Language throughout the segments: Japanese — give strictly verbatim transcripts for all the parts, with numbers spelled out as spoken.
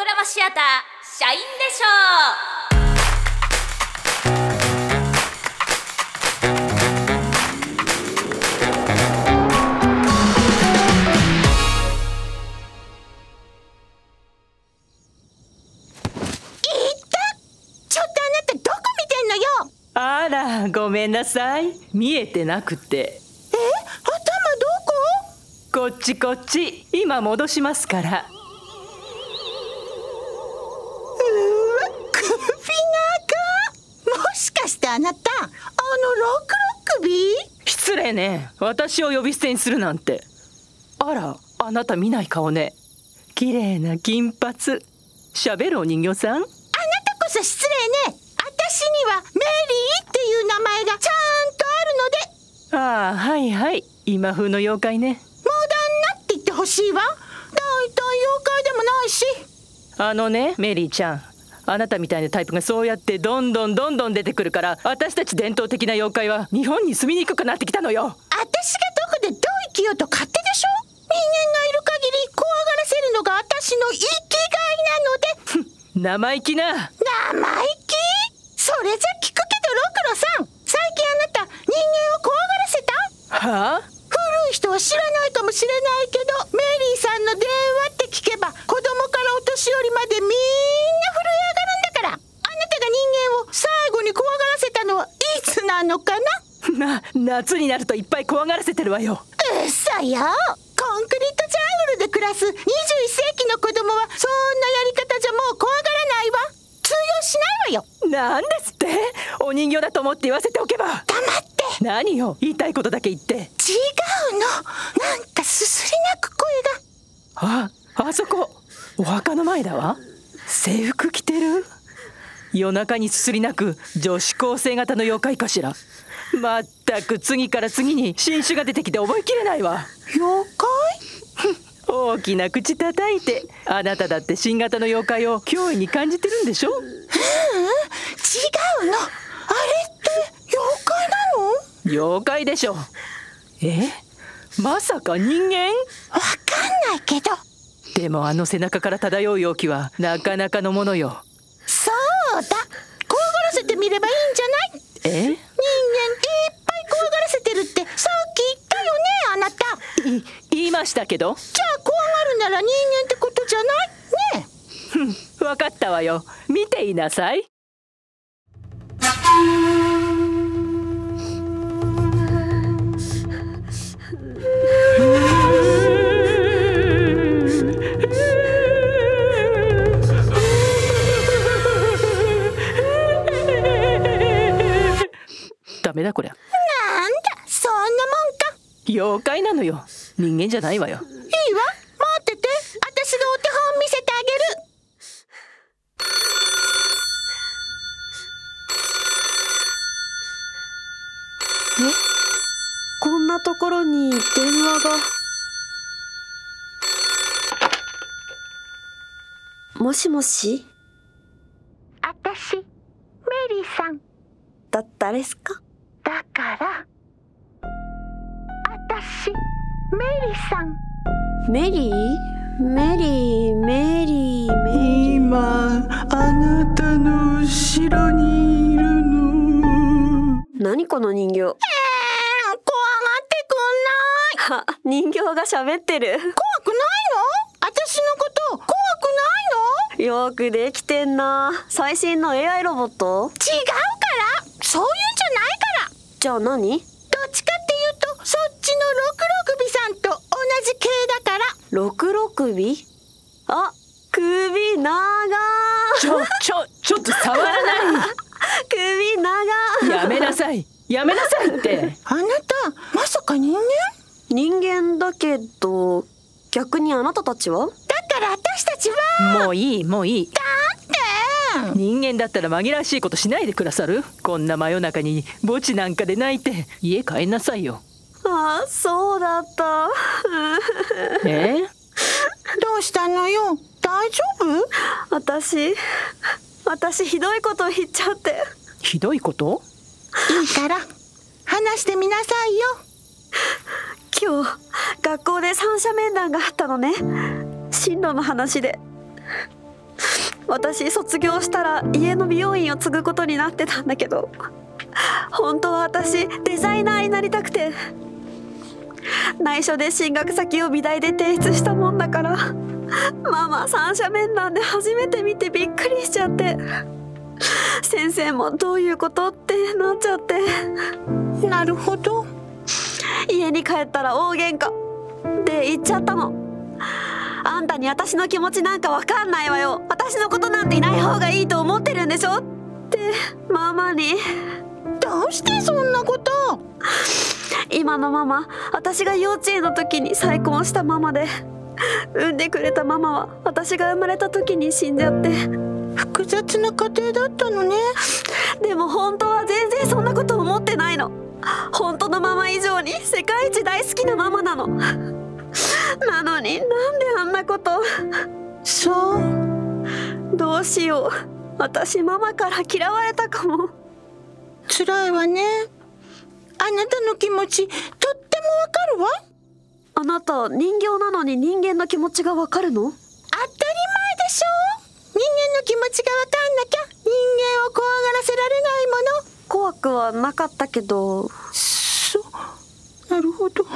ドラマシアター社員でしょあら、ごめんなさい。見えてなくて。 え、頭どこ？ こっちこっち。今戻しますから。うわ、 首長。もしかしてあなた、あの六六首？ 失礼ね。私を呼び捨てにするなんて。あら、あなた見ない顔ね。綺麗な金髪。喋るお人形さん？あなたこそ失礼ね。私にはメリーっていう名前がちゃんとあるので。 ああ、はいはい。今風の妖怪ね。 モダンなって言ってほしいわ。だいたい妖怪でもないし。 あのね、メリーちゃん、あなたみたいなタイプがそうやってどんどんどんどん出てくるから、私たち伝統的な妖怪は日本に住みにくくなってきたのよ。 私がどこでどう生きようと勝手でしょ。人間がいる限り怖がらせるのが私の生きがいなので。 生意気な。 生意気？それじゃ聞くけどロクロさん、最近あなた人間を怖がらせた？ はあ？ 古い人は知らないかもしれないけど、メリーさんの電話って聞けば子供からお年寄りまでみんな震え上がるんだから。あなたが人間を最後に怖がらせたのはいつなのかな？ な、夏になるといっぱい怖がらせてるわよ。 うっそよ。コンクリートジャングルで暮らすにじゅういっせいきの子供はそんなやり方じゃもう怖がらないわ。通用しないわよ。 なんですって？お人形だと思って言わせておけば。 黙って。 何よ、言いたいことだけ言って。 違うの。なんかすすり泣く声が。あ、あそこお墓の前だわ。制服着てる。夜中にすすり泣く女子高生型の妖怪かしら。まったく次から次に新種が出てきて覚えきれないわ。 妖怪？ 大きな口叩いて。あなただって新型の妖怪を脅威に感じてるんでしょ？ううん、違うの。あれって妖怪なの？ 妖怪でしょ。え？まさか人間？ わかんないけど。 でもあの背中から漂う陽気はなかなかのものよ。 そうだ、怖がらせてみればいいんじゃない？ え？ 人間いっぱい怖がらせてるってさっき言ったよね、あなた。 い言いましたけど。 じゃあ怖がるなら人間ってことじゃないね。 ふん、分かったわよ。見ていなさい。ダメだこりゃ。 なんだ、そんなもんか。 妖怪なのよ。人間じゃないわよ。いいわ、 待ってて。私がお手本見せてあげる。 え、こんなところに電話が。もしもし。 あたし、メリーさん。 だ、誰っすか？ だから、あたし、メリーさん。 メリー？メリー、メリー、メリー。 今、あなたの後ろにいるの。 何この人形？えー、怖がってくんない？ は、人形が喋ってる。怖くないの？ 私のこと怖くないの？ よくできてんな。最新の エーアイ ロボット？ 違うから。そういうんじゃないから。 じゃあ何？ どっちかっていうとそっちの六六尾さんと同じ系だから。 六六尾？あ、首長。 ちょちょちょっと触らない。 首長。 やめなさい。やめなさいって。 あなたまさか人間？ 人間だけど逆にあなたたちは？ だから私たちは。 もういいもういい。 だって人間だったら紛らわしいことしないでくださる？こんな真夜中に墓地なんかで泣いて家帰んなさいよ。 ああ、そうだった。 え？ どうしたのよ？大丈夫？ 私私ひどいこと言っちゃって。 ひどいこと？ いいから話してみなさいよ。 今日学校で三者面談があったのね。進路の話で。 私卒業したら家の美容院を継ぐことになってたんだけど、本当は私デザイナーになりたくて、内緒で進学先を美大で提出したもんだから、ママ三者面談で初めて見てびっくりしちゃって、先生もどういうことってなっちゃって。 なるほど。 家に帰ったら大喧嘩で言っちゃったの。あんたに私の気持ちなんかわかんないわよ、私のことなんていない方がいいと思ってるんでしょってママに。 どうしてそんなこと？ 今のママ、私が幼稚園の時に再婚したママで、産んでくれたママは私が生まれた時に死んじゃって。 複雑な家庭だったのね。 でも本当は全然そんなこと思ってないの。本当のママ以上に世界一大好きなママなの。なのになんであんなこと。 そう。 どうしよう、私ママから嫌われたかも。 辛いわね。あなたの気持ちとってもわかるわ。 あなた人形なのに人間の気持ちがわかるの？ 当たり前でしょ。人間の気持ちがわかんなきゃ人間を怖がらせられないもの。 怖くはなかったけど。 そう、なるほど。っていうか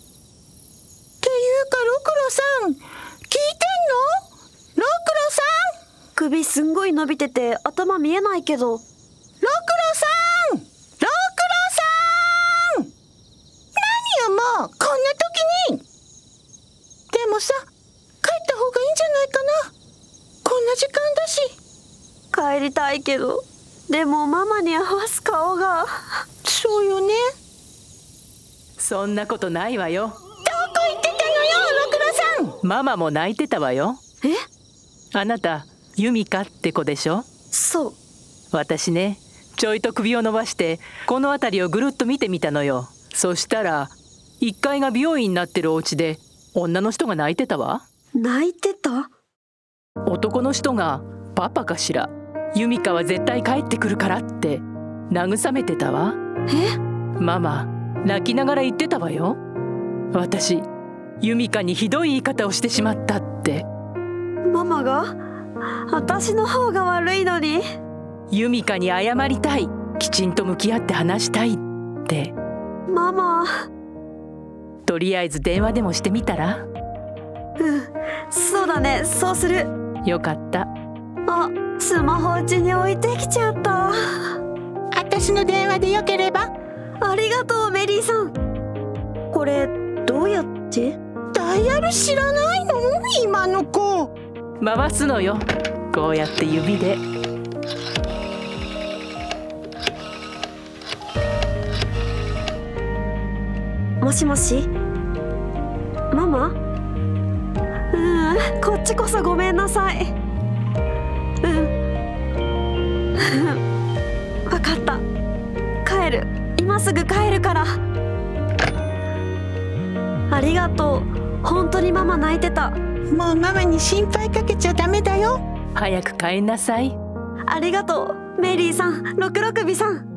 ロクロさん、聞いてんの？ロクロさん。 首すんごい伸びてて頭見えないけど。 ロクロさん、ロクロさん。何よもうこんな時に。でもさ、帰った方がいいんじゃないかな。こんな時間だし。 帰りたいけど、でもママに合わす顔が。 そうよね。 そんなことないわよ。 どこ行ってたのよ、ロクロさん。 ママも泣いてたわよ。 え？ あなたユミカって子でしょ？ そう。 私ね、ちょいと首を伸ばしてこの辺りをぐるっと見てみたのよ。そしたらいっかいが美容院になってるお家で女の人が泣いてたわ。 泣いてた？ 男の人がパパかしら、ユミカは絶対帰ってくるからって慰めてたわ。 え？ ママ泣きながら言ってたわよ。私ユミカにひどい言い方をしてしまったって。 ママが？私の方が悪いのに。 ユミカに謝りたい、きちんと向き合って話したいって。 ママ。 とりあえず電話でもしてみたら？ うん、そうだね、そうする。 よかった。 あ、スマホうちに置いてきちゃった。 私の電話でよければ。 ありがとうメリーさん。これどうやって？ ダイヤル知らないの？今の子。 回すのよ、こうやって指で。 もしもし、ママ？うん、こっちこそごめんなさい。うん。わかった。帰る。今すぐ帰るから。ありがとう。本当にママ泣いてた。 もうママに心配かけちゃダメだよ。 早く帰んなさい。 ありがとうメリーさん、ろくろ首さん。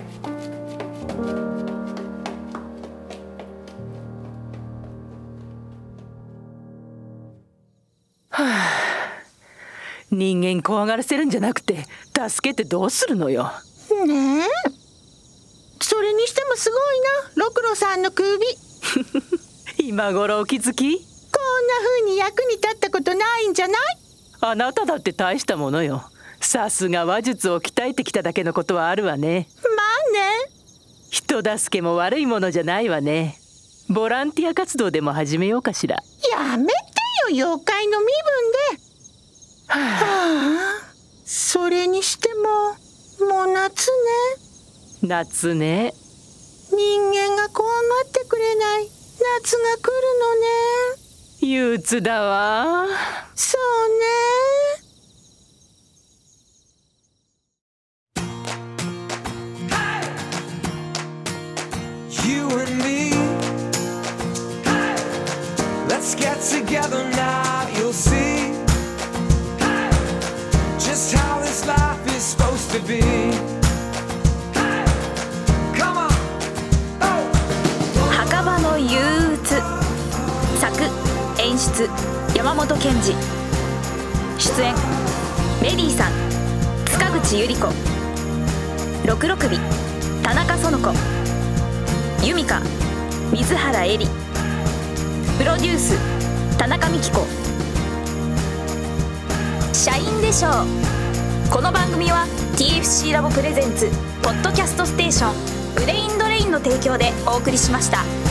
はあ、人間怖がらせるんじゃなくて助けてどうするのよ。 ねえ、それにしてもすごいな、ロクロさんの首。 今頃お気づき？ こんな風に役に立ったことないんじゃない？ あなただって大したものよ。さすが話術を鍛えてきただけのことはあるわね。 まあね。 人助けも悪いものじゃないわね。ボランティア活動でも始めようかしら。 やめてよ、妖怪の身分で。はあ、はあ、それにしてももう夏ね。 夏ね。 人間が怖がってくれない夏が来るのね。 憂鬱だわ。 そうね。 You and me, let's get together now, you'll see just how this life is supposed to be. Come on, oh. 墓場の憂鬱。作演出山本賢治。 出演メリーさん、塚口由里子、ろくろ首田中園子、由美香水原絵里、プロデュース田中美希子。社員でしょう。この番組は ティーエフシー ラボプレゼンツポッドキャストステーションブレインドレインの提供でお送りしました。